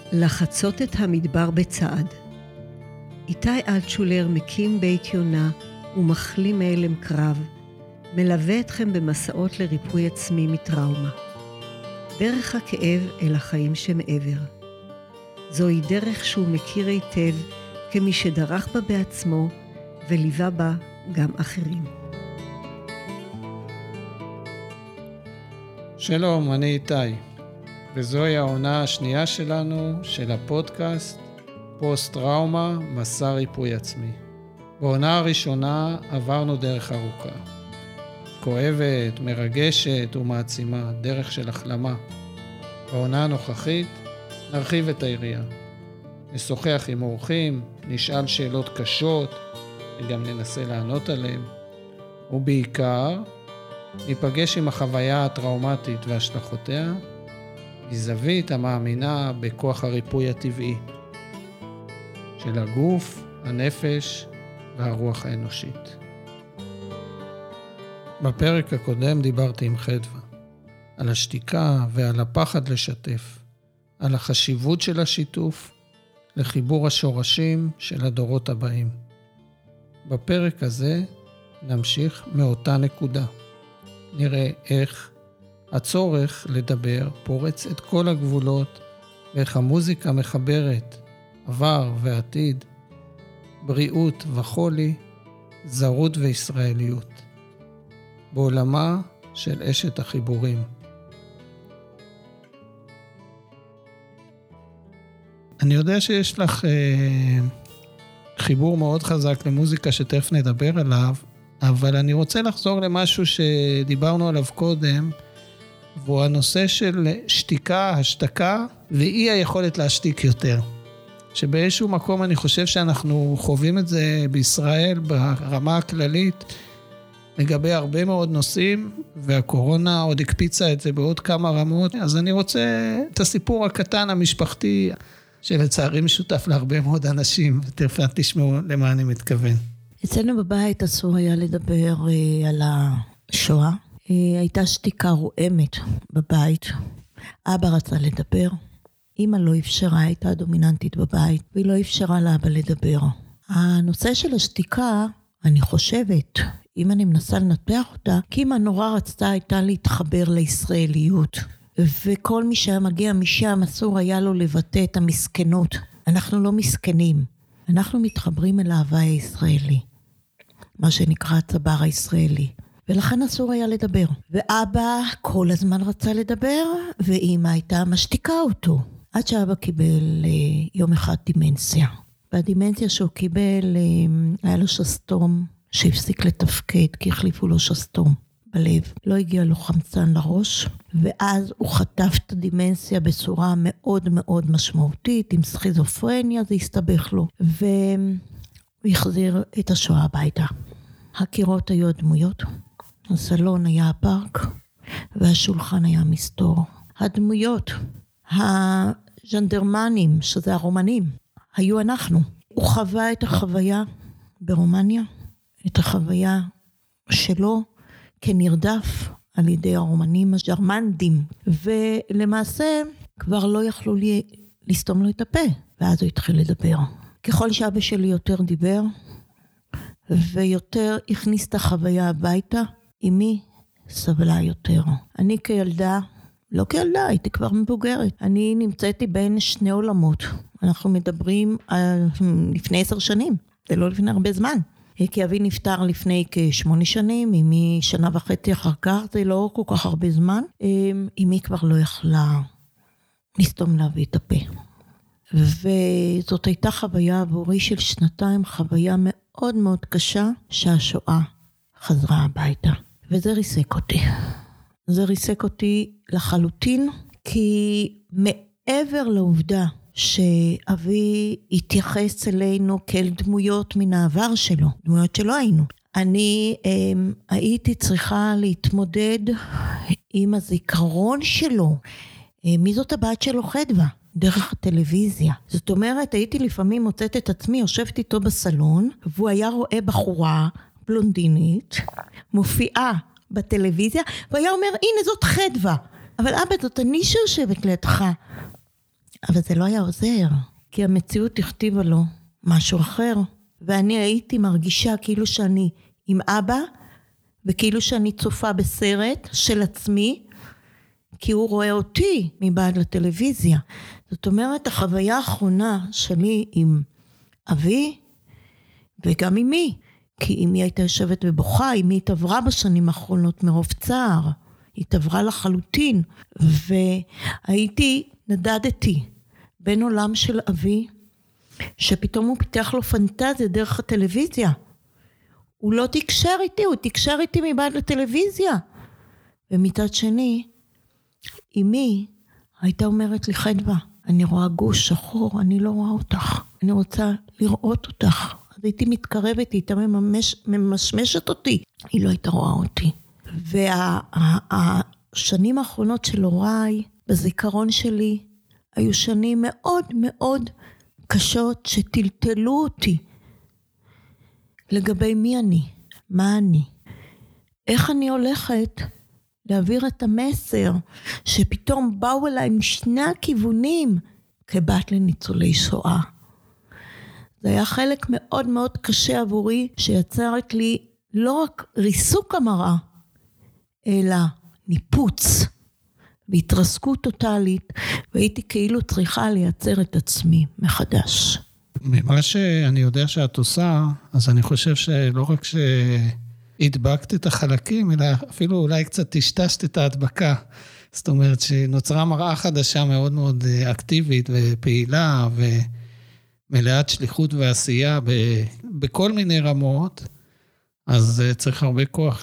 לחצות את המדבר בצעד. איתי אלטשולר מקים בית יונה ומחלים מאלם קרב, מלווה אתכם במסעות לריפוי עצמי מטראומה. דרך הכאב אל החיים שמעבר. זוהי דרך שהוא מכיר היטב כמי שדרך בה בעצמו וליווה בה גם אחרים. שלום, אני איתי, וזוהי העונה השנייה שלנו של הפודקאסט פוסט טראומה מסע ריפוי עצמי. בעונה הראשונה עברנו דרך ארוכה, כואבת, מרגשת ומעצימה, דרך של החלמה. בעונה הנוכחית נרחיב את היריעה, נשוחח עם אורחים, נשאל שאלות קשות וגם ננסה לענות עליהן, ובעיקר ניפגש עם החוויה הטראומטית והשלכותיה מזווית המאמינה בכוח הריפוי הטבעי של הגוף, הנפש והרוח האנושית. בפרק הקודם דיברתי עם חדווה על השתיקה ועל הפחד לשתף, על החשיבות של השיתוף לחיבור השורשים של הדורות הבאים. בפרק הזה נמשיך מאותה נקודה. נראה איך הצורך לדבר פורץ את כל הגבולות, ואיך המוזיקה מחברת עבר ועתיד, בריאות וחולי, זרות וישראליות, בעולמה של אשת החיבורים. אני יודע שיש לך חיבור מאוד חזק למוזיקה שתכף נדבר עליו, אבל אני רוצה לחזור למשהו שדיברנו עליו קודם, והוא הנושא של שתיקה, השתקה, ואי היכולת להשתיק יותר. שבאיזשהו מקום אני חושב שאנחנו חווים את זה בישראל ברמה הכללית, לגבי הרבה מאוד נושאים, והקורונה עוד הקפיצה את זה בעוד כמה רמות. אז אני רוצה את הסיפור הקטן המשפחתי, שלצערי משותף להרבה מאוד אנשים, ותכף תשמעו למה אני מתכוון. אצלנו בבית אסור היה לדבר על השואה. הייתה שתיקה רועמת בבית. אבא רצה לדבר. אמא לא אפשרה, הייתה דומיננטית בבית, והיא לא אפשרה לאבא לדבר. הנושא של השתיקה, אני חושבת, אם אני מנסה לנתח אותה, כי אמא נורא רצתה הייתה להתחבר לישראליות. וכל מי שהיה מגיע משם אסור היה לו לבטא את המסכנות. אנחנו לא מסכנים. אנחנו מתחברים אל ההווי הישראלי, מה שנקרא הצבר הישראלי, ולכן אסור היה לדבר. ואבא כל הזמן רצה לדבר, ואמא הייתה משתיקה אותו, עד שאבא קיבל יום אחד דימנציה. והדימנציה שהוא קיבל, היה לו שסתום שהפסיק לתפקד, כי החליפו לו שסתום בלב. לא הגיע לו חמצן לראש, ואז הוא חטף את הדימנציה בצורה מאוד מאוד משמעותית, עם סכיזופרניה, זה הסתבך לו, והוא החזיר את השואה הביתה. הקירות היו הדמויות, הסלון היה הפארק, והשולחן היה מסתור. הדמויות, הז'נדרמנים, שזה הרומנים, היו אנחנו. הוא חווה את החוויה ברומניה, את החוויה שלו, כנרדף על ידי הרומנים הג'רמנדים, ולמעשה כבר לא יכלו לסתום לו את הפה, ואז הוא התחיל לדבר. ככל שאבא שלי יותר דיבר, ויותר הכניס את החוויה הביתה, אמי סבלה יותר. אני כילדה, לא כילדה, הייתי כבר מבוגרת, אני נמצאתי בין שני עולמות. אנחנו מדברים לפני 10 שנים, זה לא לפני הרבה זמן. כי אבי נפטר לפני כ8 שנים, אמי 1.5 שנה אחר כך, זה לא כל כך הרבה זמן. אמי כבר לא יכלה לסתום להביא את הפה. וזאת הייתה חוויה עבורי של 2 חוויה מאוד מאוד קשה, שהשואה חזרה הביתה. וזה ריסק אותי. זה ריסק אותי לחלוטין, כי מעבר לעובדה, שאבי התייחס אלינו כאל דמויות מן העבר שלו, דמויות שלא היינו. אני הייתי צריכה להתמודד עם הזיכרון שלו. מי זאת הבת שלו? חדווה, דרך הטלוויזיה. זאת אומרת, הייתי לפעמים מוצאת את עצמי, יושבת איתו בסלון, והוא היה רואה בחורה בלונדינית, מופיעה בטלוויזיה, והוא היה אומר, הנה זאת חדווה. אבל אבא, זאת אני שיושבת לידך. אבל זה לא היה עוזר, כי המציאות הכתיבה לו משהו אחר, ואני הייתי מרגישה כאילו שאני עם אבא, וכאילו שאני צופה בסרט של עצמי, כי הוא רואה אותי מבעד לטלוויזיה. זאת אומרת, החוויה האחרונה שלי עם אבי, וגם אמי, כי אמי הייתה יושבת ובוכה, אמי התעברה בשנים האחרונות מרוב צער, היא התעברה לחלוטין, נדדתי בין עולם של אבי, שפתאום הוא פיתח לו פנטזיה דרך הטלוויזיה, הוא לא תקשר איתי, הוא תקשר איתי מבעד לטלוויזיה, ומצד שני, אמי הייתה אומרת לי, חדווה, אני רואה גוש שחור, אני לא רואה אותך, אני רוצה לראות אותך, אז הייתי מתקרבת, היא הייתה ממשמשת אותי, היא לא הייתה רואה אותי. והשנים האחרונות של הוריי, בזיכרון שלי, היו שנים מאוד מאוד קשות שטלטלו אותי, לגבי מי אני, מה אני, איך אני הולכת להעביר את המסר, שפתאום באו אליי משני הכיוונים, כבת לניצולי שואה. זה היה חלק מאוד מאוד קשה עבורי, שיצרת לי לא רק ריסוק המראה, אלא ניפוץ, והתרסקות טוטלית, והייתי כאילו צריכה לייצר את עצמי מחדש. ממה שאני יודע שאת עושה, אז אני חושב שלא רק שהדבקת את החלקים, אלא אפילו אולי קצת תשתשת את ההדבקה. זאת אומרת שנוצרה מראה חדשה מאוד מאוד אקטיבית ופעילה ומלאת שליחות ועשייה בכל מיני רמות, אז צריך הרבה כוח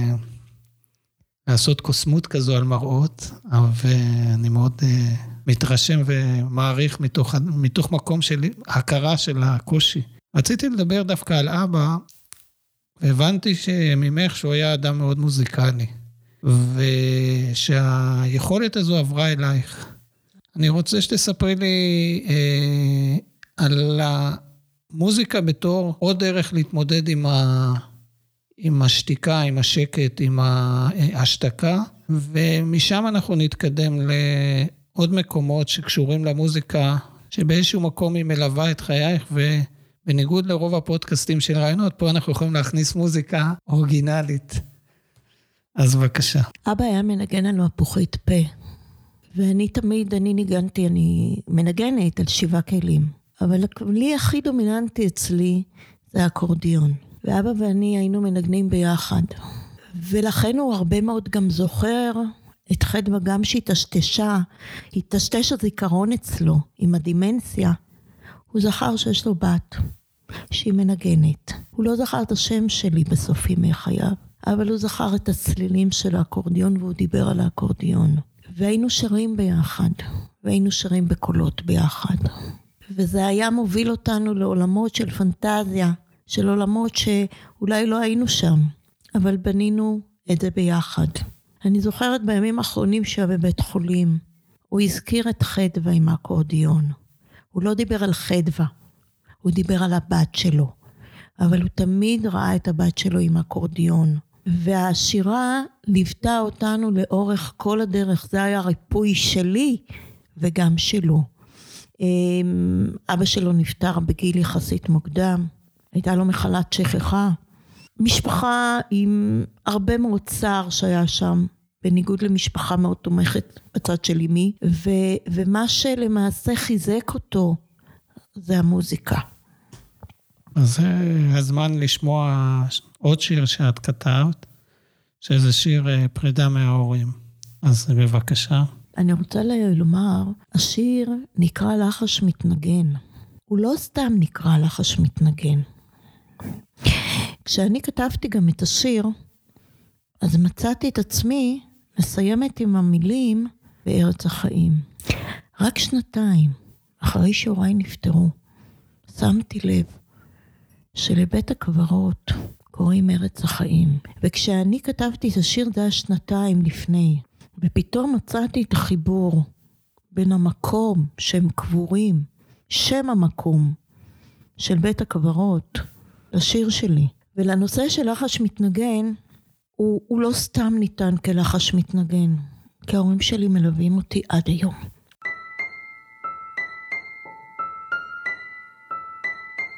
לעשות קוסמות כזו על מראות, ואני מאוד מתרשם ומעריך מתוך מקום של הכרה של הקושי. רציתי לדבר דווקא על אבא, והבנתי שממך שהוא היה אדם מאוד מוזיקלי, ושהיכולת הזו עברה אלייך. אני רוצה שתספרי לי על המוזיקה בתור עוד דרך להתמודד עם השתיקה, עם השקט, עם ההשתקה, ומשם אנחנו נתקדם לעוד מקומות שקשורים למוזיקה, שבאיזשהו מקום היא מלווה את חייך, ובניגוד לרוב הפודקאסטים של רעיונות, פה אנחנו יכולים להכניס מוזיקה אורגינלית. אז בבקשה. אבא היה מנגן על מפוחית פה, ואני תמיד, אני מנגנת על 7 כלים, אבל הכלי הכי דומיננטי אצלי זה האקורדיון. ואבא ואני היינו מנגנים ביחד. ולכן הוא הרבה מאוד גם זוכר את חדווה גם התשתש הזיכרון אצלו עם הדימנציה. הוא זכר שיש לו בת שהיא מנגנת. הוא לא זכר את השם שלי בסוף ימי חייו, אבל הוא זכר את הצלילים של האקורדיון והוא דיבר על האקורדיון. והיינו שרים ביחד, והיינו שרים בקולות ביחד. וזה היה מוביל אותנו לעולמות של פנטזיה, של עולמות שאולי לא היינו שם, אבל בנינו את זה ביחד. אני זוכרת בימים האחרונים שהיה בבית חולים, הוא הזכיר את חדווה עם האקורדיון. הוא לא דיבר על חדווה, הוא דיבר על הבת שלו, אבל הוא תמיד ראה את הבת שלו עם האקורדיון. והשירה ליוותה אותנו לאורך כל הדרך, זה היה ריפוי שלי וגם שלו. אבא שלו נפטר בגיל יחסית מוקדם, הייתה לו מחלת שכחה, משפחה עם הרבה מאוד צער שהיה שם, בניגוד למשפחה מאוד תומכת בצד של אמי, ומה שלמעשה חיזק אותו, זה המוזיקה. אז זה הזמן לשמוע עוד שיר שאת כתבת, שזה שיר פרידה מההורים. אז בבקשה. אני רוצה לומר, השיר נקרא לחש מתנגן. הוא לא סתם נקרא לחש מתנגן. כשאני כתבתי גם את השיר, אז מצאתי את עצמי מסיימת עם המילים בארץ החיים. רק 2 אחרי שהוריי נפטרו, שמתי לב שלבית הקברות קוראים ארץ החיים. וכשאני כתבתי את השיר זה 2 לפני, ופתאום מצאתי את החיבור בין המקום שהם קבורים, שם המקום של בית הקברות, לשיר שלי. ולנושא של לחש מתנגן, הוא לא סתם ניתן כלחש מתנגן, כי ההורים שלי מלווים אותי עד היום.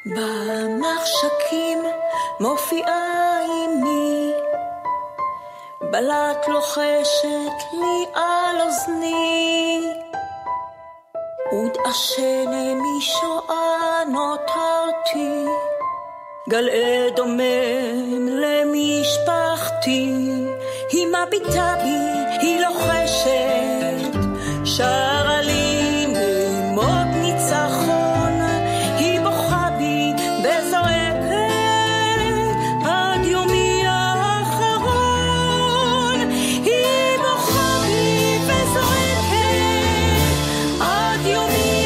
במחשכים מופיעה אימי, בלט לוחשת לי על אוזני, עוד אשנה משואה נותרתי, גלעד דומם למשפחתי, היא מביטה בי, היא לוחשת, שרה לי מימות ניצחון, היא בוכה בי וזועקת עד יומי האחרון, היא בוכה בי וזועקת עד יומי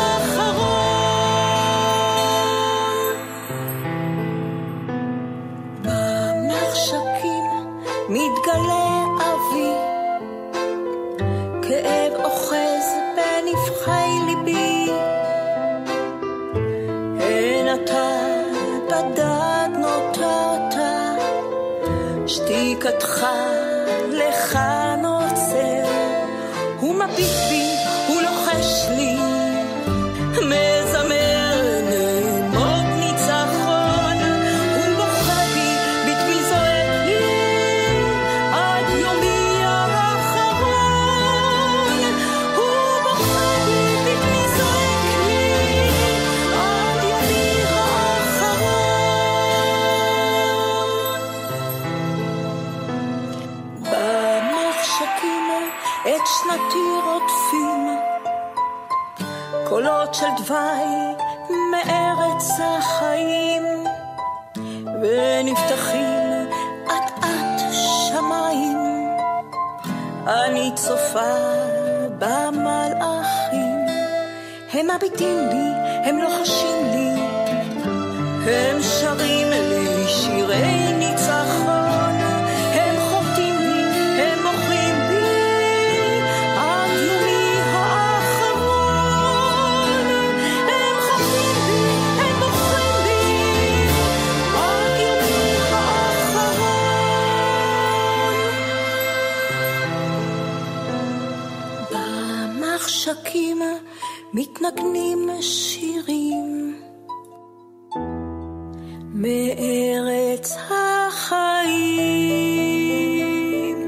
האחרון. במחשכים מתגלה אבי, כאב אוחז בנבחי ליבי, הן אתה בדד נותרת, שתיקתך לך נוצר, הוא מביט בי, הוא לוחש לי, מזמר נעמוד ניצחון, הוא בוכה בי, בטבי זועק לי, עד יומי האחרון, הוא בוכה בי, בטבי זועק לי, עד יומי האחרון. במחשכים את שנתי רודפים, קולות של דווי מארץ החיים, ונפתחים עט שמיים, אני צופה במלאכים, הם מביטים בי, הם לוחשים לי, הם שרים לי שירי ניצחון, הם חובטים בי, הם מוחים בי, עד יומי האחרון, הם חובטים בי, הם מוחים בי, עד יומי האחרון. במחשכים מתנגנים שירים מארץ החיים.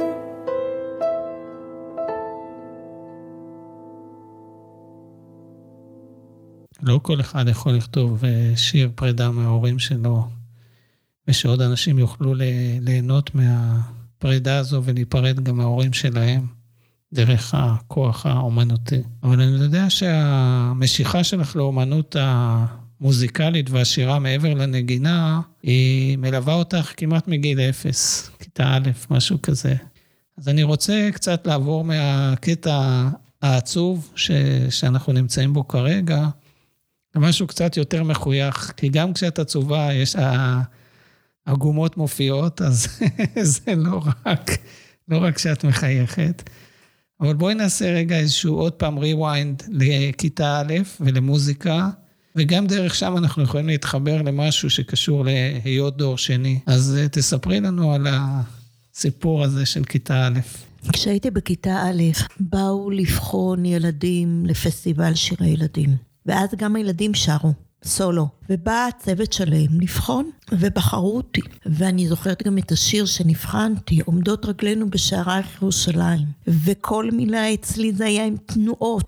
לא כל אחד יכול לכתוב שיר פרידה מההורים שלו, ושעוד אנשים יוכלו ליהנות מהפרידה הזו ולהיפרד גם מההורים שלהם, דרך הכוח האומנותי. אבל אני יודע שהמשיכה שלך לאומנות המוזיקלית והשירה מעבר לנגינה, היא מלווה אותך כמעט מגיל 0, כיתה א', משהו כזה. אז אני רוצה קצת לעבור מהקטע העצוב שאנחנו נמצאים בו כרגע, למשהו קצת יותר מחוייך, כי גם כשאת עצובה יש הגומות מופיעות, אז זה לא רק שאת מחייכת. אבל בואי נעשה רגע איזשהו עוד פעם ריוויינד לכיתה א' ולמוזיקה, וגם דרך שם אנחנו יכולים להתחבר למשהו שקשור להיות דור שני. אז תספרי לנו על הסיפור הזה של כיתה א'. כשהייתי בכיתה א', באו לבחון ילדים לפסטיבל שירי ילדים. ואז גם הילדים שרו, סולו. ובא הצוות שלהם לבחון, ובחרו אותי. ואני זוכרת גם את השיר שנבחנתי, עומדות רגלינו בשערייך ירושלים. וכל מילה אצלי זה היה עם תנועות.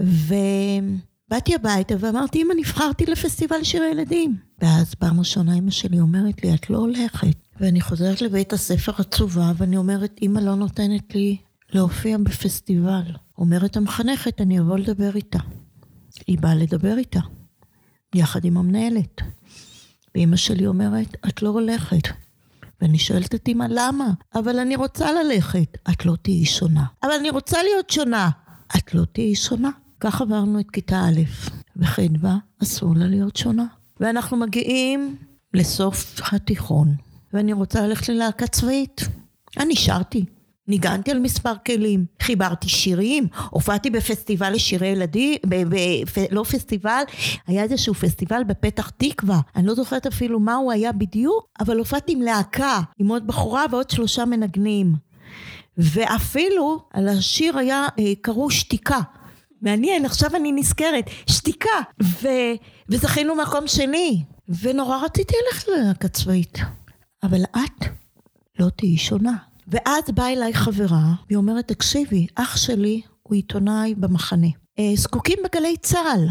ובאתי הביתה ואמרתי, אמא, נבחרתי לפסטיבל שירי ילדים. ואז פעם ראשונה אמא שלי אומרת לי, את לא הולכת. ואני חוזרת לבית הספר עצובה, ואני אומרת, אמא לא נותנת לי להופיע בפסטיבל. אומרת המחנכת, אני אבוא לדבר איתה. היא באה לדבר איתה, יחד עם המנהלת. ואמא שלי אומרת, את לא הולכת. ואני שואלת את אמא, למה? אבל אני רוצה ללכת. את לא תהיי שונה. אבל אני רוצה להיות שונה. את לא תהיי שונה. כך עברנו את כיתה א', וחדווה אסור לה להיות שונה. ואנחנו מגיעים לסוף התיכון, ואני רוצה ללכת ללהקה צבאית. אני שרתי. ניגנתי על מספר כלים, חיברתי שירים, הופעתי בפסטיבל לשירי ילדים, לא פסטיבל, היה איזשהו פסטיבל בפתח תקווה, אני לא זוכרת אפילו מה הוא היה בדיוק, אבל הופעתי עם להקה, עם עוד בחורה ועוד 3 מנגנים, ואפילו על השיר היה קראו שתיקה, מעניין, עכשיו אני נזכרת, שתיקה, וזכינו מקום שני, ונורא רציתי ללכת ללהקה צבאית. אבל את לא תהיי שונה. ואז באה אליי חברה, והיא אומרת, תקשיבי, אח שלי הוא עיתונאי במחנה. זקוקים בגלי צהל,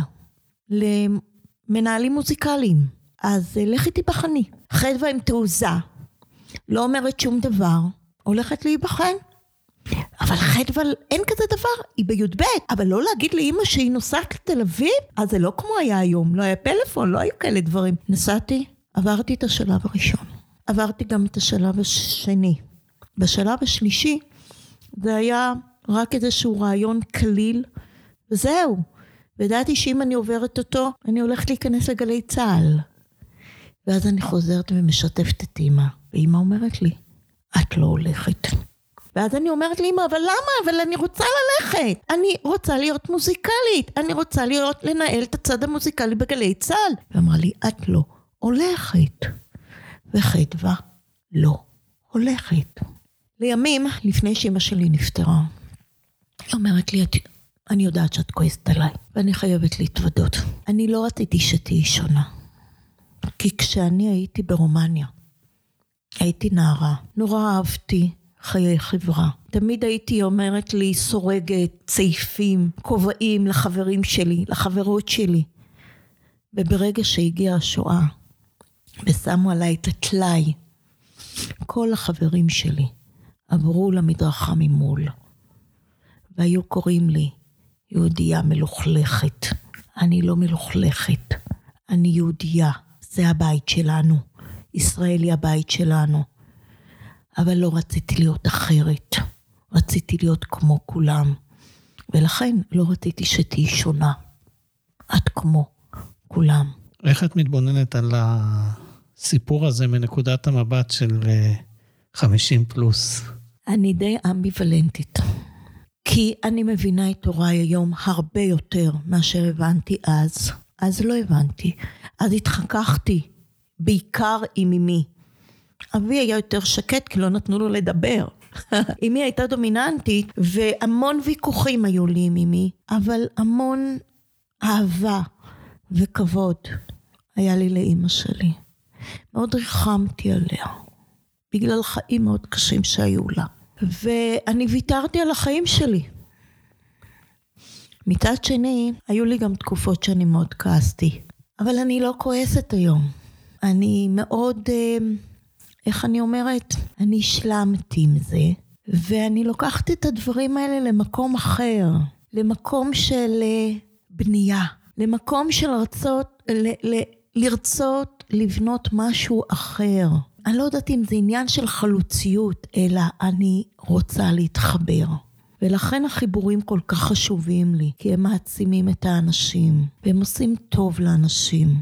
למנהלים מוזיקליים. אז לכי תיבחני. חדווה עם תעוזה, לא אומרת שום דבר, הולכת להיבחן. אבל חדווה אין כזה דבר, היא בי"ב, אבל לא להגיד לאמא שהיא נוסעת לתל אביב, אז זה לא כמו היה היום, לא היה פלאפון, לא היו כאלה דברים. נסעתי, עברתי את השלב הראשון, עברתי גם את השלב השני. בשלב השלישי, זה היה רק איזשהו רעיון כליל, וזהו. וידעתי שאם אני עוברת אותו, אני הולכת להיכנס לגלי צהל. ואז אני חוזרת ומשתפת את אמא, ואמא אומרת לי, את לא הולכת. ואז אני אומרת לי, אמא, אבל למה? אבל אני רוצה ללכת. אני רוצה להיות מוזיקלית. אני רוצה לנהל את הצד המוזיקלי בגלי צהל. ואמרה לי, את לא הולכת. וחדווה לא הולכת. לימים, לפני שאמא שלי נפטרה, היא אומרת לי, אני יודעת שאת כועסת עליי, ואני חייבת להתוודות. אני לא רציתי שתהיי שונה. כי כשאני הייתי ברומניה, הייתי נערה, נורא אהבתי חיי חברה. תמיד הייתי אומרת לי, סורגת, צעיפים, כובעים לחברים שלי, לחברות שלי. וברגע שהגיעה השואה, ושמו עליי את הטלאי, כל החברים שלי עברו למדרכה ממול, והיו קוראים לי, יהודייה מלוכלכת. אני לא מלוכלכת, אני יהודייה, זה הבית שלנו, ישראל היא הבית שלנו. אבל לא רציתי להיות אחרת, רציתי להיות כמו כולם, ולכן לא רציתי שתהי שונה, את כמו כולם. איך את מתבוננת על הסיפור הזה מנקודת המבט של 50 פלוס? אני די אמביוולנטית, כי אני מבינה את הוריי היום הרבה יותר מאשר הבנתי אז. אז לא הבנתי, אז התחככתי, בעיקר עם אמי. אבי היה יותר שקט כי לא נתנו לו לדבר. אמי הייתה דומיננטית, והמון ויכוחים היו לי עם אמי, אבל המון אהבה וכבוד היה לי לאמא שלי. מאוד ריחמתי עליה, בגלל חיים מאוד קשים שהיו לה. ואני ויתרתי על החיים שלי. מצד שני, היו לי גם תקופות שאני מאוד כעסתי. אבל אני לא כועסת היום. אני מאוד, איך אני אומרת? אני השלמתי עם זה, ואני לוקחת את הדברים האלה למקום אחר. למקום של בנייה. למקום של לרצות לבנות משהו אחר. אני לא יודעת אם זה עניין של חלוציות, אלא אני רוצה להתחבר. ולכן החיבורים כל כך חשובים לי, כי הם מעצימים את האנשים, והם עושים טוב לאנשים.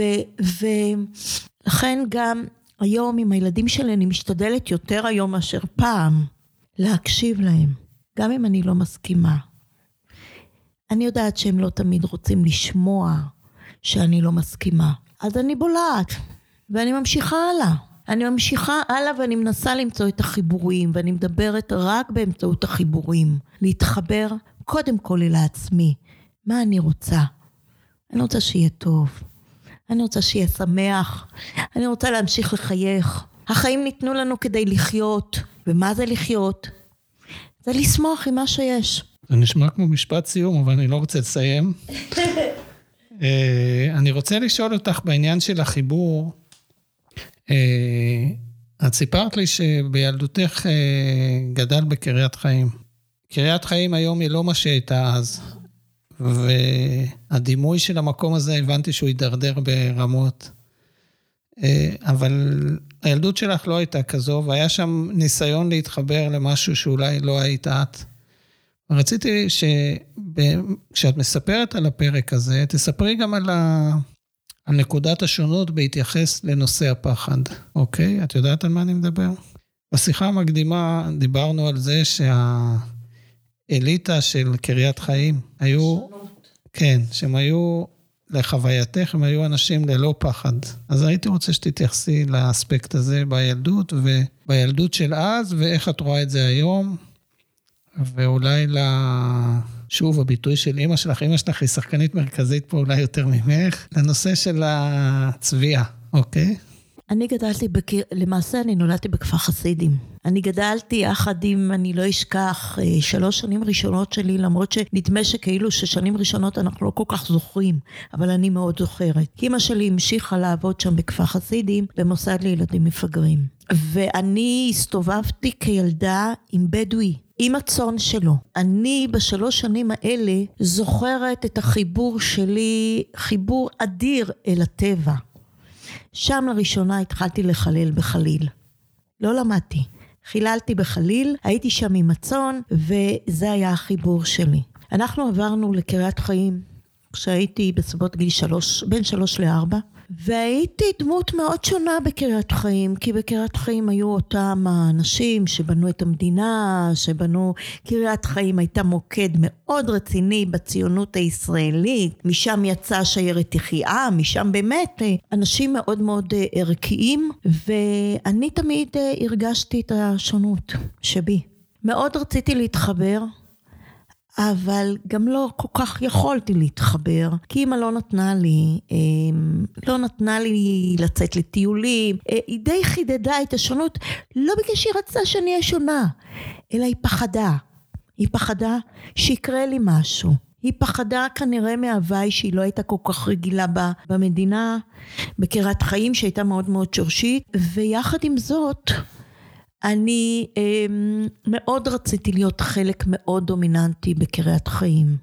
ולכן גם היום עם הילדים שלי, אני משתדלת יותר היום מאשר פעם, להקשיב להם, גם אם אני לא מסכימה. אני יודעת שהם לא תמיד רוצים לשמוע שאני לא מסכימה. אז אני בולעת, ואני ממשיכה הלאה. אני ממשיכה הלאה ואני מנסה למצוא את החיבורים, ואני מדברת רק באמצעות החיבורים. להתחבר קודם כל לעצמי. מה אני רוצה? אני רוצה שיהיה טוב. אני רוצה שיהיה שמח. אני רוצה להמשיך לחייך. החיים ניתנו לנו כדי לחיות. ומה זה לחיות? זה לשמוח עם מה שיש. זה נשמע כמו משפט סיום, אבל אני לא רוצה לסיים. אני רוצה לשאול אותך בעניין של החיבור. את סיפרת לי שבילדותך גדל בקריית חיים. קריית חיים היום היא לא מה שהייתה אז, והדימוי של המקום הזה הבנתי שהוא יידרדר ברמות, אבל הילדות שלך לא הייתה כזו, והיה שם ניסיון להתחבר למשהו שאולי לא היית את. רציתי כשאת מספרת על הפרק הזה, תספרי גם על נקודת השונות בהתייחס לנושא הפחד, אוקיי? את יודעת על מה אני מדבר? בשיחה המקדימה דיברנו על זה שהאליטה של קריית חיים היו, כן, שהם היו, לחווייתך, הם היו אנשים ללא פחד. אז הייתי רוצה שתתייחסי לאספקט הזה בילדות, ובילדות של אז, ואיך את רואה את זה היום, ואולי שוב, הביטוי של אמא שלך היא שחקנית מרכזית פה אולי יותר ממך, לנושא של הצביעה, אוקיי? אני גדלתי, למעשה אני נולדתי בכפר חסידים. אני גדלתי יחד עם, אני לא אשכח, 3 שנים ראשונות שלי, למרות שנדמה שכאילו ששנים ראשונות אנחנו לא כל כך זוכרים, אבל אני מאוד זוכרת. כי אמא שלי המשיכה לעבוד שם בכפר חסידים, במוסד לילדים מפגרים. ואני הסתובבתי כילדה עם בדואי, עם הצאן שלו. אני ב3 שנים האלה זוכרת את החיבור שלי, חיבור אדיר אל הטבע. שם לראשונה התחלתי לחלל בחליל. לא למדתי. חיללתי בחליל, הייתי שם עם הצאן, וזה היה החיבור שלי. אנחנו עברנו לקריית חיים, כשהייתי בסביבות גיל 3, בין 3 ל-4, והייתי דמות מאוד שונה בקריית חיים, כי בקריית חיים היו אותם האנשים שבנו את המדינה, קריית חיים הייתה מוקד מאוד רציני בציונות הישראלית, משם יצאה שיירת יחיעה, משם באמת אנשים מאוד מאוד ערכיים, ואני תמיד הרגשתי את השונות שבי. מאוד רציתי להתחבר, אבל גם לא כל כך יכולתי להתחבר, כי אמא לא נתנה לי לצאת לטיולים, היא די חידדה את השונות, לא בגלל שהיא רצתה שאני אהיה שונה, אלא היא פחדה שיקרה לי משהו, היא פחדה כנראה מהווי שהיא לא הייתה כל כך רגילה במדינה, בקריית חיים שהייתה מאוד מאוד שורשית, ויחד עם זאת, אני מאוד רציתי להיות חלק מאוד דומיננטי בקריית חיים.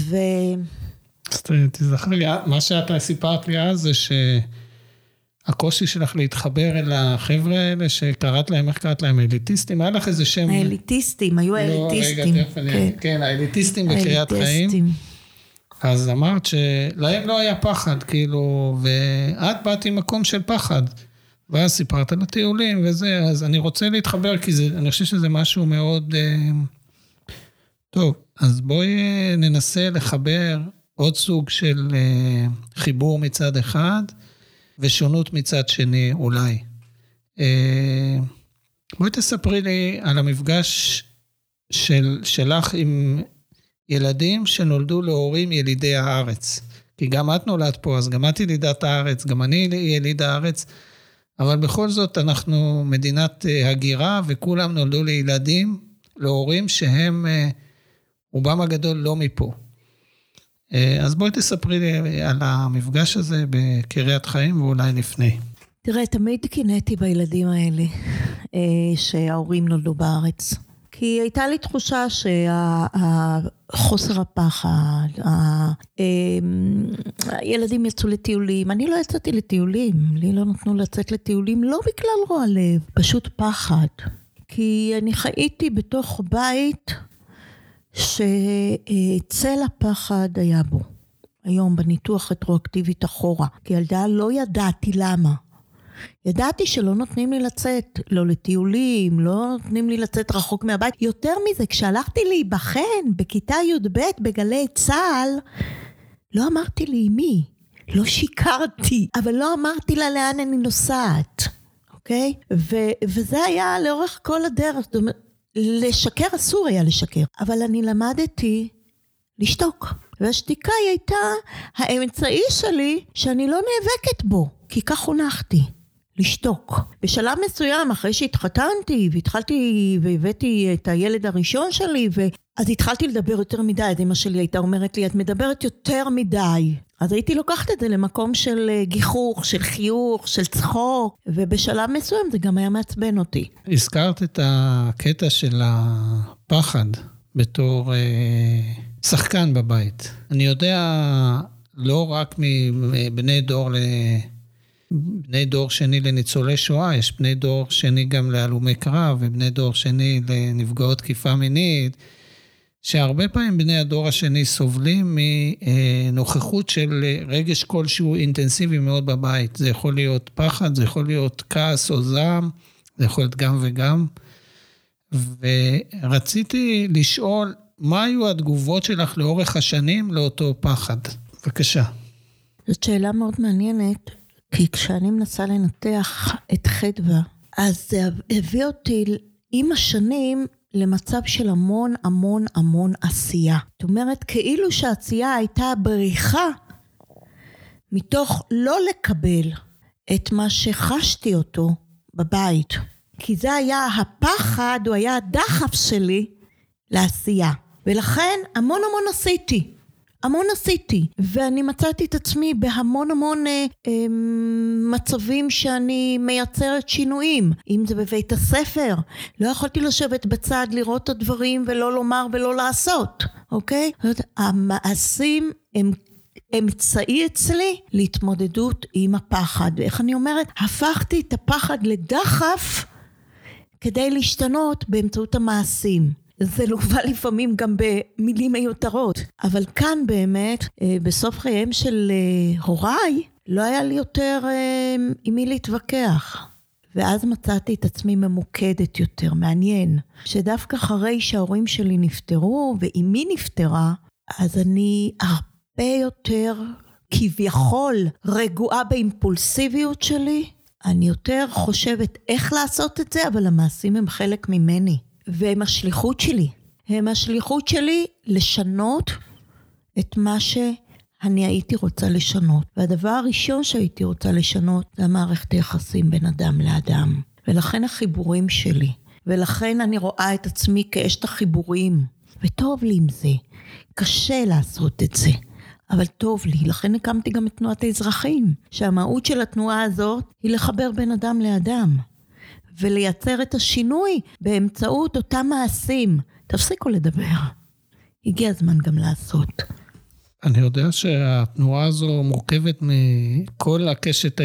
תזכרי לי, מה שאתה סיפרת לי אז זה שהקושי שלך להתחבר אל החבר'ה האלה שקראת להם, איך קראת להם? אליטיסטים? היה לך איזה שם? האליטיסטים, היו האליטיסטים. כן, האליטיסטים בקריית חיים. אז אמרת שלהם לא היה פחד, כאילו, ואת באת עם מקום של פחד. ואז סיפרת על הטיולים וזה, אז אני רוצה להתחבר, כי אני חושב שזה משהו מאוד טוב. אז בואי ננסה לחבר עוד סוג של חיבור מצד אחד, ושונות מצד שני אולי. בואי תספרי לי על המפגש שלך עם ילדים שנולדו להורים ילידי הארץ. כי גם את נולדת פה, אז גם את ילידת הארץ, גם אני יליד הארץ, אבל בכל זאת אנחנו מדינת הגירה, וכולם נולדו לילדים, להורים שהם רובם הגדול לא מפה. אז בואי תספרי לי על המפגש הזה בקריית חיים ואולי לפני. תראה, תמיד קינאתי בילדים האלה, שההורים נולדו בארץ. כי הייתה לי תחושה שהחוסר הפחד, הילדים יצאו לטיולים, אני לא יצאתי לטיולים, לי לא נתנו לצאת לטיולים, לא בגלל רוע לב, פשוט פחד. כי אני חייתי בתוך בית שצל הפחד היה בו. היום בניתוח רטרואקטיבית אחורה, כי ילדה לא ידעתי למה. ידעתי שלא נותנים לי לצאת, לא לטיולים, לא נותנים לי לצאת רחוק מהבית. יותר מזה, כשהלכתי להיבחן בכיתה י"ב בגלי צה"ל, לא אמרתי לי מי, לא שיקרתי, אבל לא אמרתי לה לאן אני נוסעת, אוקיי? וזה היה לאורך כל הדרך, זאת אומרת, לשקר אסור היה לשקר, אבל אני למדתי לשתוק. והשתיקה היא הייתה האמצעי שלי שאני לא נאבקת בו, כי כך חונכתי, לשתוק. בשלב מסוים, אחרי שהתחתנתי, והבאתי את הילד הראשון שלי, אז התחלתי לדבר יותר מדי, אז אמא שלי הייתה אומרת לי, את מדברת יותר מדי. אז הייתי לוקחת את זה למקום של גיחוך, של חיוך, של צחוק, ובשלב מסוים זה גם היה מעצבן אותי. הזכרת את הקטע של הפחד בתור שחקן בבית. אני יודע לא רק מבני דור שני לניצולי שואה, יש בני דור שני גם להלומי קרב, ובני דור שני לנפגעות תקיפה מינית, שהרבה פעמים בני הדור השני סובלים מנוכחות של רגש כלשהו אינטנסיבי מאוד בבית. זה יכול להיות פחד, זה יכול להיות כעס או זעם, זה יכול להיות גם וגם. ורציתי לשאול, מה היו התגובות שלך לאורך השנים לאותו פחד? בבקשה. זאת שאלה מאוד מעניינת, כי כשאני מנסה לנתח את חדווה, אז זה הביא אותי עם השנים למצב של המון המון המון עשייה. זאת אומרת, כאילו שהעשייה הייתה בריחה, מתוך לא לקבל את מה שחשתי אותו בבית. כי זה היה הפחד, או היה הדחף שלי לעשייה. ולכן המון המון עשיתי. ואני מצאתי את עצמי בהמון המון מצבים שאני מייצרת שינויים. אם זה בבית הספר, לא יכולתי לשבת בצד לראות את הדברים ולא לומר ולא לעשות. אוקיי? המעשים הם אמצעי אצלי להתמודדות עם הפחד. ואיך אני אומרת? הפכתי את הפחד לדחף כדי להשתנות באמצעות המעשים. זה לובה לפעמים גם במילים מיותרות. אבל כאן באמת, בסוף חייהם של הוריי, לא היה לי יותר עם מי להתווכח. ואז מצאתי את עצמי ממוקדת יותר, מעניין. שדווקא אחרי שההורים שלי נפטרו, ואמי נפטרה, אז אני הרבה יותר כביכול רגועה באימפולסיביות שלי. אני יותר חושבת איך לעשות את זה, אבל המעשים הם חלק ממני. והם השליחות שלי. הם השליחות שלי לשנות את מה שאני הייתי רוצה לשנות. והדבר הראשון שהייתי רוצה לשנות זה המערכת היחסים בין אדם לאדם. ולכן החיבורים שלי. ולכן אני רואה את עצמי כאשת החיבורים. וטוב לי עם זה. קשה לעשות את זה. אבל טוב לי. לכן הקמתי גם את תנועת האזרחים. שהמהות של התנועה הזאת היא לחבר בין אדם לאדם. ולייצר את השינוי באמצעות אותם מעשים. תפסיקו לדבר. הגיע הזמן גם לעשות. אני יודע שהתנועה הזו מורכבת מכל הקשת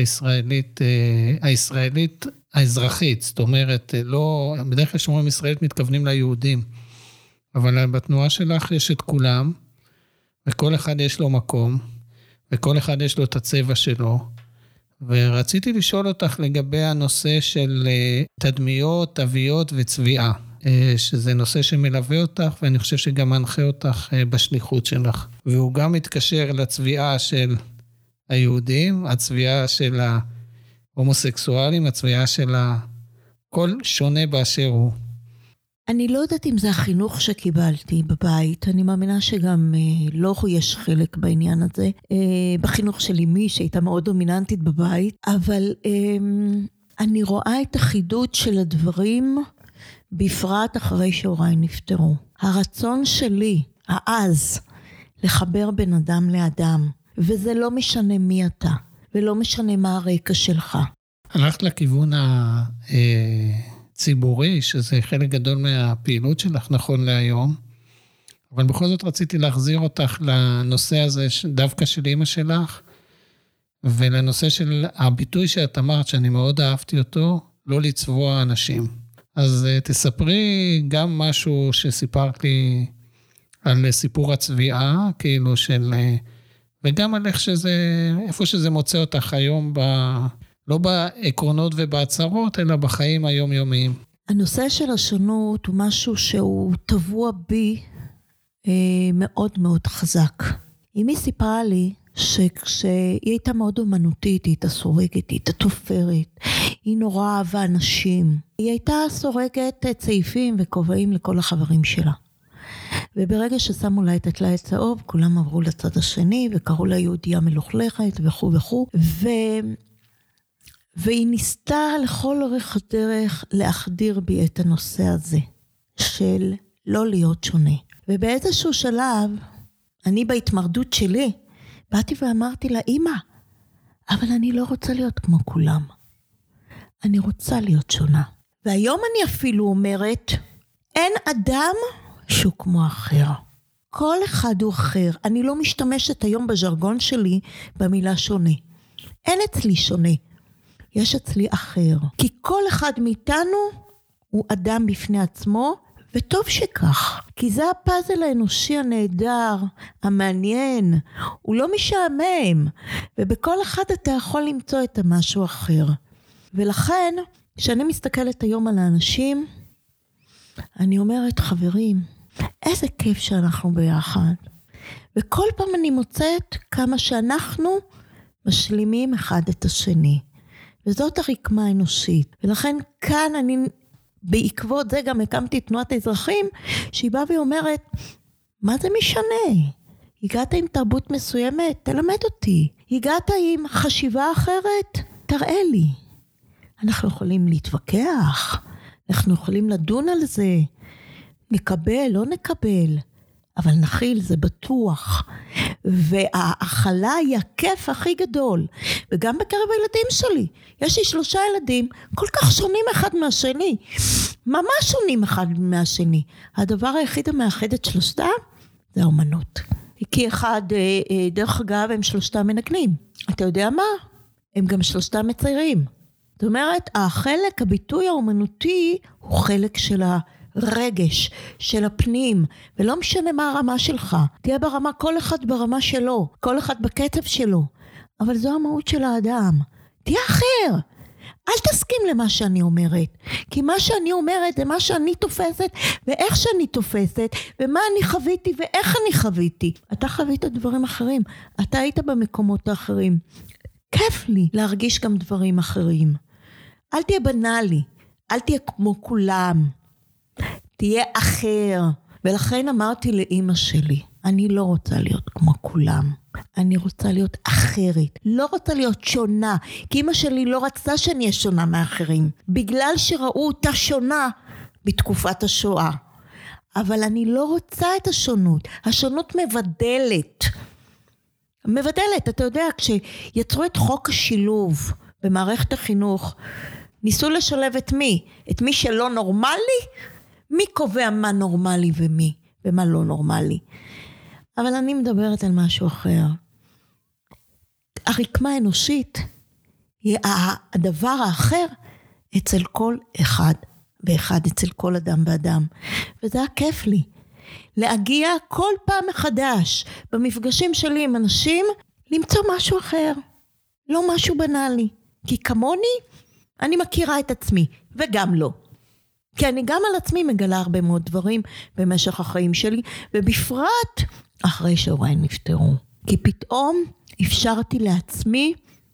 הישראלית האזרחית. זאת אומרת, לא, בדרך כלל שאומרים ישראלית מתכוונים ליהודים. אבל בתנועה שלך יש את כולם, וכל אחד יש לו מקום, וכל אחד יש לו את הצבע שלו. ורציתי לשאול אותך לגבי הנושא של תדמיות, תוויות וצביעה, שזה נושא שמלווה אותך, ואני חושב שגם מנחה אותך בשליחות שלך. והוא גם מתקשר לצביעה של היהודים, הצביעה של ההומוסקסואלים, הצביעה של כל שונה באשר הוא. אני לא יודעת אם זה החינוך שקיבלתי בבית, אני מאמינה שגם לא יש חלק בעניין הזה, בחינוך של אמי שהייתה מאוד דומיננטית בבית, אבל אני רואה את החידוד של הדברים, בפרט אחרי שהוריי נפטרו. הרצון שלי, העז, לחבר בין אדם לאדם, וזה לא משנה מי אתה, ולא משנה מה הרקע שלך. הלכת לכיוון ציבורי, שזה חלק גדול מהפעילות שלך נכון להיום, אבל בכל זאת רציתי להחזיר אותך לנושא הזה דווקא של אמא שלך, ולנושא של הביטוי שאת אמרת, שאני מאוד אהבתי אותו, לא לצבוע אנשים. אז תספרי גם משהו שסיפרת לי על סיפור הצביעה, כאילו של, וגם על איך שזה, איפה שזה מוצא אותך היום לא בעקרונות ובהצהרות, אלא בחיים היומיומיים. הנושא של השונות הוא משהו שהוא טבוע בי מאוד מאוד חזק. אמי סיפרה לי שכשהיא הייתה מאוד אומנותית, היא הייתה סורגת, היא הייתה תופרת, היא נורא אהבה אנשים. היא הייתה סורגת צעיפים וכובעים לכל החברים שלה. וברגע ששמו לה את הטלאי הצהוב, כולם עברו לצד השני וקראו לה יהודיה מלוכלכת וכו' וכו'. והיא ניסתה לכל אורך הדרך להחדיר בי את הנושא הזה של לא להיות שונה. ובאיזשהו שלב, אני בהתמרדות שלי, באתי ואמרתי לה, אמא, אבל אני לא רוצה להיות כמו כולם. אני רוצה להיות שונה. והיום אני אפילו אומרת, אין אדם שהוא כמו אחר. כל אחד הוא אחר. אני לא משתמשת היום בז'רגון שלי במילה שונה. אין אצלי שונה. יש אצלי אחר. כי כל אחד מאיתנו הוא אדם בפני עצמו, וטוב שכך. כי זה הפאזל האנושי הנהדר, המעניין. הוא לא משעמם. ובכל אחד אתה יכול למצוא את המשהו אחר. ולכן, כשאני מסתכלת היום על האנשים, אני אומרת, חברים, איזה כיף שאנחנו ביחד. וכל פעם אני מוצאת כמה שאנחנו משלימים אחד את השני. וזאת הרקמה האנושית. ולכן כאן אני בעקבות זה גם הקמתי את תנועת האזרחים, שהיא באה ואומרת, מה זה משנה? הגעת עם תרבות מסוימת? תלמד אותי. הגעת עם חשיבה אחרת? תראה לי. אנחנו יכולים להתווכח, אנחנו יכולים לדון על זה, נקבל, לא נקבל, אבל נכיל, זה בטוח. וההכלה היא הכיף הכי גדול. וגם בקרב הילדים שלי. יש לי 3 ילדים, כל כך שונים אחד מהשני. ממש שונים אחד מהשני. הדבר היחיד המאחד את 3 זה האומנות. כי אחד, דרך אגב, הם 3 מנגנים. אתה יודע מה? הם גם 3 מציירים. זאת אומרת, החלק, הביטוי האומנותי, הוא חלק של הרגש, של הפנים, ולא משנה מה הרמה שלך. תהיה ברמה, כל אחד ברמה שלו, כל אחד בקצב שלו. אבל זו המהות של האדם. תהיה אחר. אל תסכים למה שאני אומרת. כי מה שאני אומרת זה מה שאני תופסת, ואיך שאני תופסת, ומה אני חוויתי, ואיך אני חוויתי. אתה חווית דברים אחרים. אתה היית במקומות האחרים. כיף לי להרגיש גם דברים אחרים. אל תהיה בנאלי. אל תהיה כמו כולם. תהיה אחר. ולכן אמרתי לאמא שלי, אני לא רוצה להיות כמו כולם. אני רוצה להיות אחרת. לא רוצה להיות שונה. כי אמא שלי לא רצתה שאני אהיה שונה מאחרים. בגלל שראו אותה שונה בתקופת השואה. אבל אני לא רוצה את השונות. השונות מבדלת. מבדלת. אתה יודע, כשיצרו את חוק השילוב במערכת החינוך, ניסו לשלב את מי? את מי שלא נורמלי? מי קובע מה נורמלי ומי? ומה לא נורמלי? אבל אני מדברת על משהו אחר. הרקמה האנושית היא הדבר האחר אצל כל אחד ואחד, אצל כל אדם ואדם. וזה הכיף לי. להגיע כל פעם מחדש במפגשים שלי עם אנשים, למצוא משהו אחר. לא משהו בנאלי. כי כמוני, אני מכירה את עצמי, וגם לא. כי אני גם על עצמי מגלה הרבה מאוד דברים במשך החיים שלי, ובפרט אחרי שהוריי נפטרו. כי פתאום אפשרתי לעצמי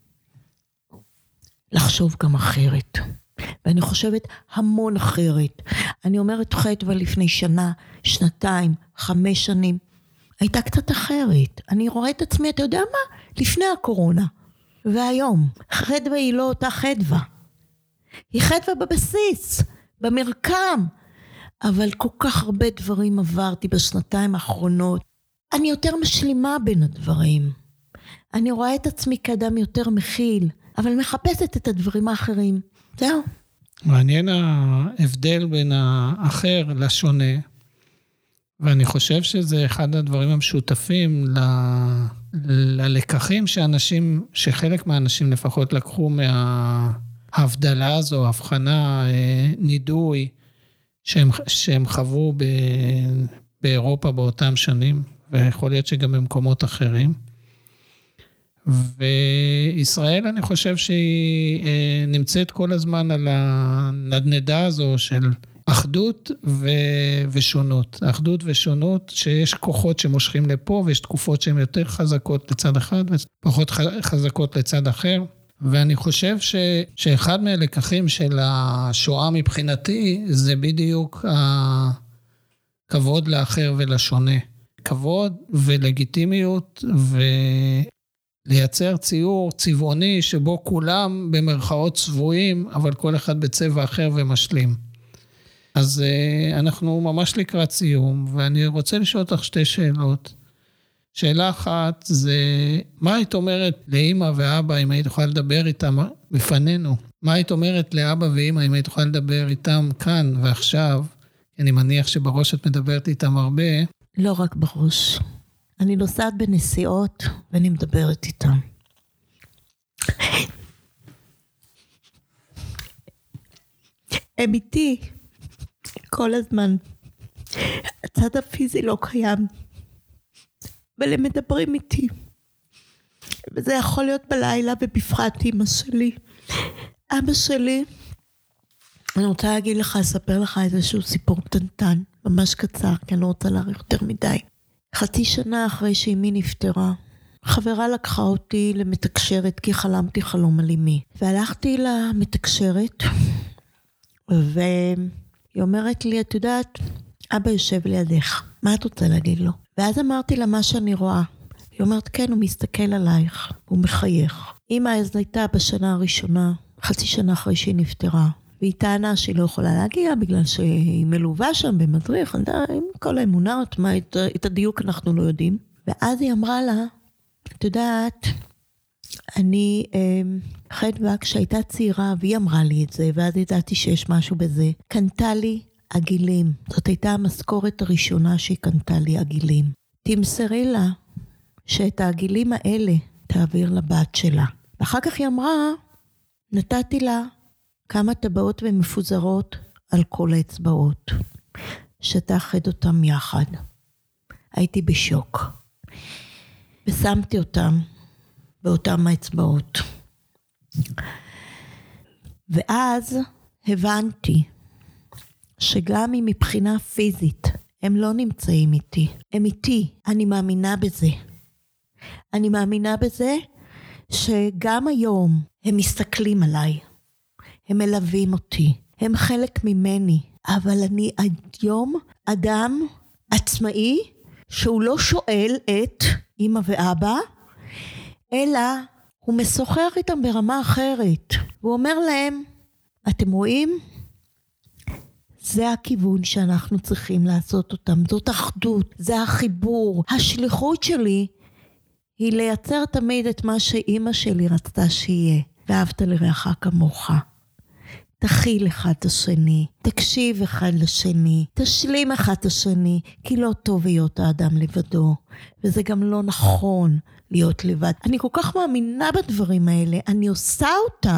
לחשוב גם אחרת. ואני חושבת המון אחרת. אני אומרת חטא לפני שנה, 2, 5 שנים. הייתה קצת אחרת. אני רואה את עצמי, אתה יודע מה? לפני הקורונה. והיום, חדווה היא לא אותה חדווה. היא חדווה בבסיס, במרקם. אבל כל כך הרבה דברים עברתי בשנתיים האחרונות. אני יותר משלימה בין הדברים. אני רואה את עצמי כאדם יותר מכיל, אבל מחפשת את הדברים האחרים. זהו. מעניין ההבדל בין האחר לשונה, ואני חושב שזה אחד הדברים המשותפים ללקחים שחלק מהאנשים לפחות לקחו מההבדלה הזו, הבחנה, נידוי, שהם חוו באירופה באותם שנים, ויכול להיות שגם במקומות אחרים. וישראל, אני חושב שהיא נמצאת כל הזמן על הנדנדה הזו של אחדות ושונות. אחדות ושונות, שיש כוחות שמושכים לפה, ויש תקופות שהן יותר חזקות לצד אחד, ופחות חזקות לצד אחר. ואני חושב שאחד מהלקחים של השואה מבחינתי, זה בדיוק הכבוד לאחר ולשונה. כבוד ולגיטימיות לייצר ציור צבעוני שבו כולם במרכאות צבועים, אבל כל אחד בצבע אחר ומשלים. אז אנחנו ממש לקראת סיום, ואני רוצה לשאול אותך 2 שאלות. שאלה אחת זה, מה היית אומרת לאמא ואבא אם היית יכולה לדבר איתם בפנינו? מה היית אומרת לאבא ואמא אם היית יכולה לדבר איתם כאן ועכשיו? אני מניח שבראש את מדברת איתם הרבה. לא רק בראש. אני נוסעת בנסיעות ואני מדברת איתם. הם איתי כל הזמן. הצד הפיזי לא קיים. אבל הם מדברים איתי. וזה יכול להיות בלילה, ובפרט אמא שלי. אבא שלי, אני רוצה להגיד לך, אספר לך איזשהו סיפור קטנטן, ממש קצר, כי אני לא רוצה להאריך יותר מדי. 0.5 שנה אחרי שאמי נפטרה, חברה לקחה אותי למתקשרת, כי חלמתי חלום על אמי. והלכתי למתקשרת, והיא אומרת לי, את יודעת, אבא יושב לידך, מה את רוצה להגיד לו? ואז אמרתי לה מה שאני רואה. היא אומרת, כן, הוא מסתכל עלייך, הוא מחייך. אמא אז הייתה בשנה הראשונה, חצי שנה אחרי שהיא נפטרה, והיא טענה שהיא לא יכולה להגיע, בגלל שהיא מלווה שם במדריך, עם כל האמונות, את הדיוק אנחנו לא יודעים. ואז היא אמרה לה, את יודעת, אני חדווה כשהייתה צעירה, והיא אמרה לי את זה, ואז ידעתי שיש משהו בזה, קנתה לי עגילים. זאת הייתה המשכורת הראשונה שהיא קנתה לי עגילים. תמסרי לה שאת העגילים האלה תעביר לבת שלה. ואחר כך היא אמרה, נתתי לה כמה טבעות ומפוזרות על כל האצבעות, שתאחד אותם יחד. הייתי בשוק. ושמתי אותם באותם האצבעות. ואז הבנתי שגם אם מבחינה פיזית הם לא נמצאים איתי, הם איתי, אני מאמינה בזה. אני מאמינה בזה שגם היום הם מסתכלים עליי, הם מלווים אותי, הם חלק ממני, אבל אני היום אדם עצמאי שהוא לא שואל את אמא ואבא, אלא הוא משוחח איתם ברמה אחרת. הוא אומר להם, אתם רואים? זה הכיוון שאנחנו צריכים לעשות אותם, זאת אחדות, זה החיבור. השליחות שלי היא לייצר תמיד את מה שאמא שלי רצתה שיהיה. ואהבת לרעך כמוך. תכיל אחד את השני, תקשיב אחד לשני, תשלים אחד את השני, כי לא טוב להיות האדם לבדו, וזה גם לא נכון להיות לבד. אני כל כך מאמינה בדברים האלה, אני עושה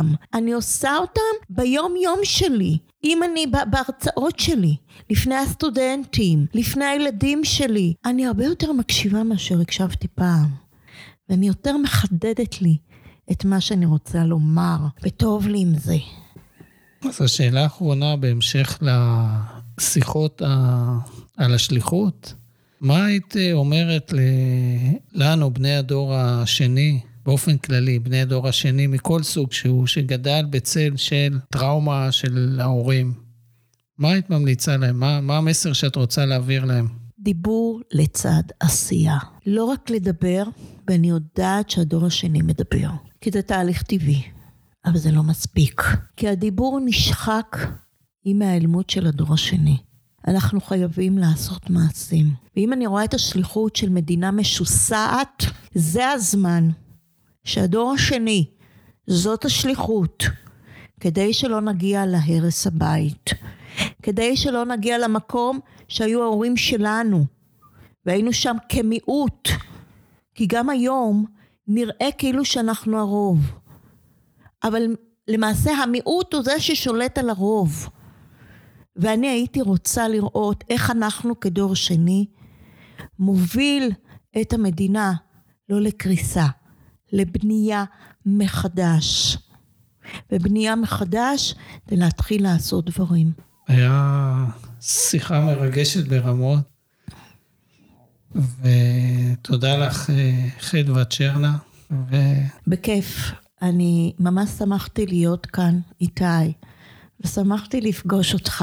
אותם ביום יום שלי, אם אני בהרצאות שלי, לפני הסטודנטים, לפני הילדים שלי, אני הרבה יותר מקשיבה מאשר הקשבתי פעם, ואני יותר מחדדת לי את מה שאני רוצה לומר, וטוב לי עם זה. אז השאלה האחרונה בהמשך לשיחות על השליחות, מה היית אומרת לנו, בני הדור השני, באופן כללי, בני הדור השני מכל סוג שהוא, שגדל בצל של טראומה של ההורים, מה היית ממליצה להם? מה המסר שאת רוצה להעביר להם? דיבור לצד עשייה. לא רק לדבר, ואני יודעת שהדור השני מדבר, כי זה תהליך טבעי. אבל זה לא מספיק, כי הדיבור נשחק עם ההיעלמות של הדור השני. אנחנו חייבים לעשות מעשים. ואם אני רואה את השליחות של מדינה משוסעת, זה הזמן שהדור השני, זאת השליחות, כדי שלא נגיע להרס הבית, כדי שלא נגיע למקום שהיו ההורים שלנו, והיינו שם כמיעוט, כי גם היום נראה כאילו שאנחנו הרוב. אבל למעשה המיעוט הוא זה ששולט על הרוב. ואני הייתי רוצה לראות איך אנחנו כדור שני מוביל את המדינה לא לקריסה, לבנייה מחדש. ובנייה מחדש זה להתחיל לעשות דברים. היה שיחה מרגשת ברמות, ותודה לך חדווה צ'רנה. בכיף. אני ממש שמחתי להיות כאן איתי, ושמחתי לפגוש אותך,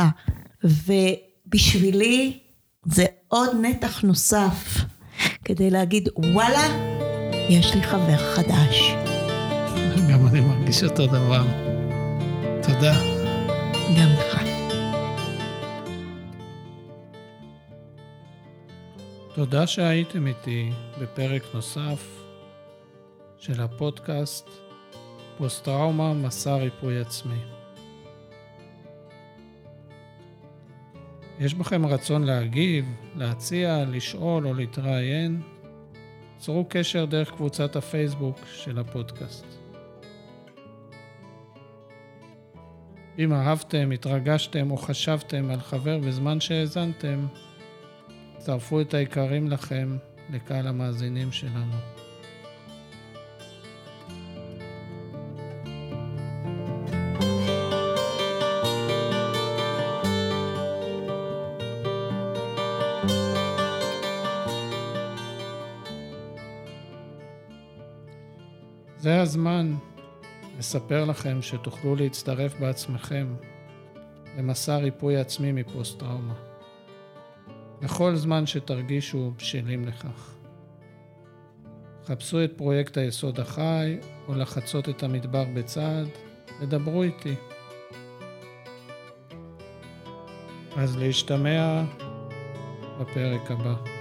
ובשבילי זה עוד נתח נוסף, כדי להגיד וואלה, יש לי חבר חדש. גם אני מרגיש אותו דבר. תודה. גם לך. תודה שהייתם איתי בפרק נוסף של הפודקאסט פוסט-טראומה, מסע ריפוי עצמי. יש בכם רצון להגיב, להציע, לשאול או להתראיין? צרו קשר דרך קבוצת הפייסבוק של הפודקאסט. אם אהבתם, התרגשתם או חשבתם על חבר בזמן שהאזנתם, צרפו את העיקרים לכם לקהל המאזינים שלנו. זה הזמן לספר לכם שתוכלו להצטרף בעצמכם למסע ריפוי עצמי מפוסט-טראומה. בכל זמן שתרגישו בשלים לכך. חפשו את פרויקט היסוד החי, או לחצות את המדבר בצעד, ודברו איתי. אז להשתמע בפרק הבא.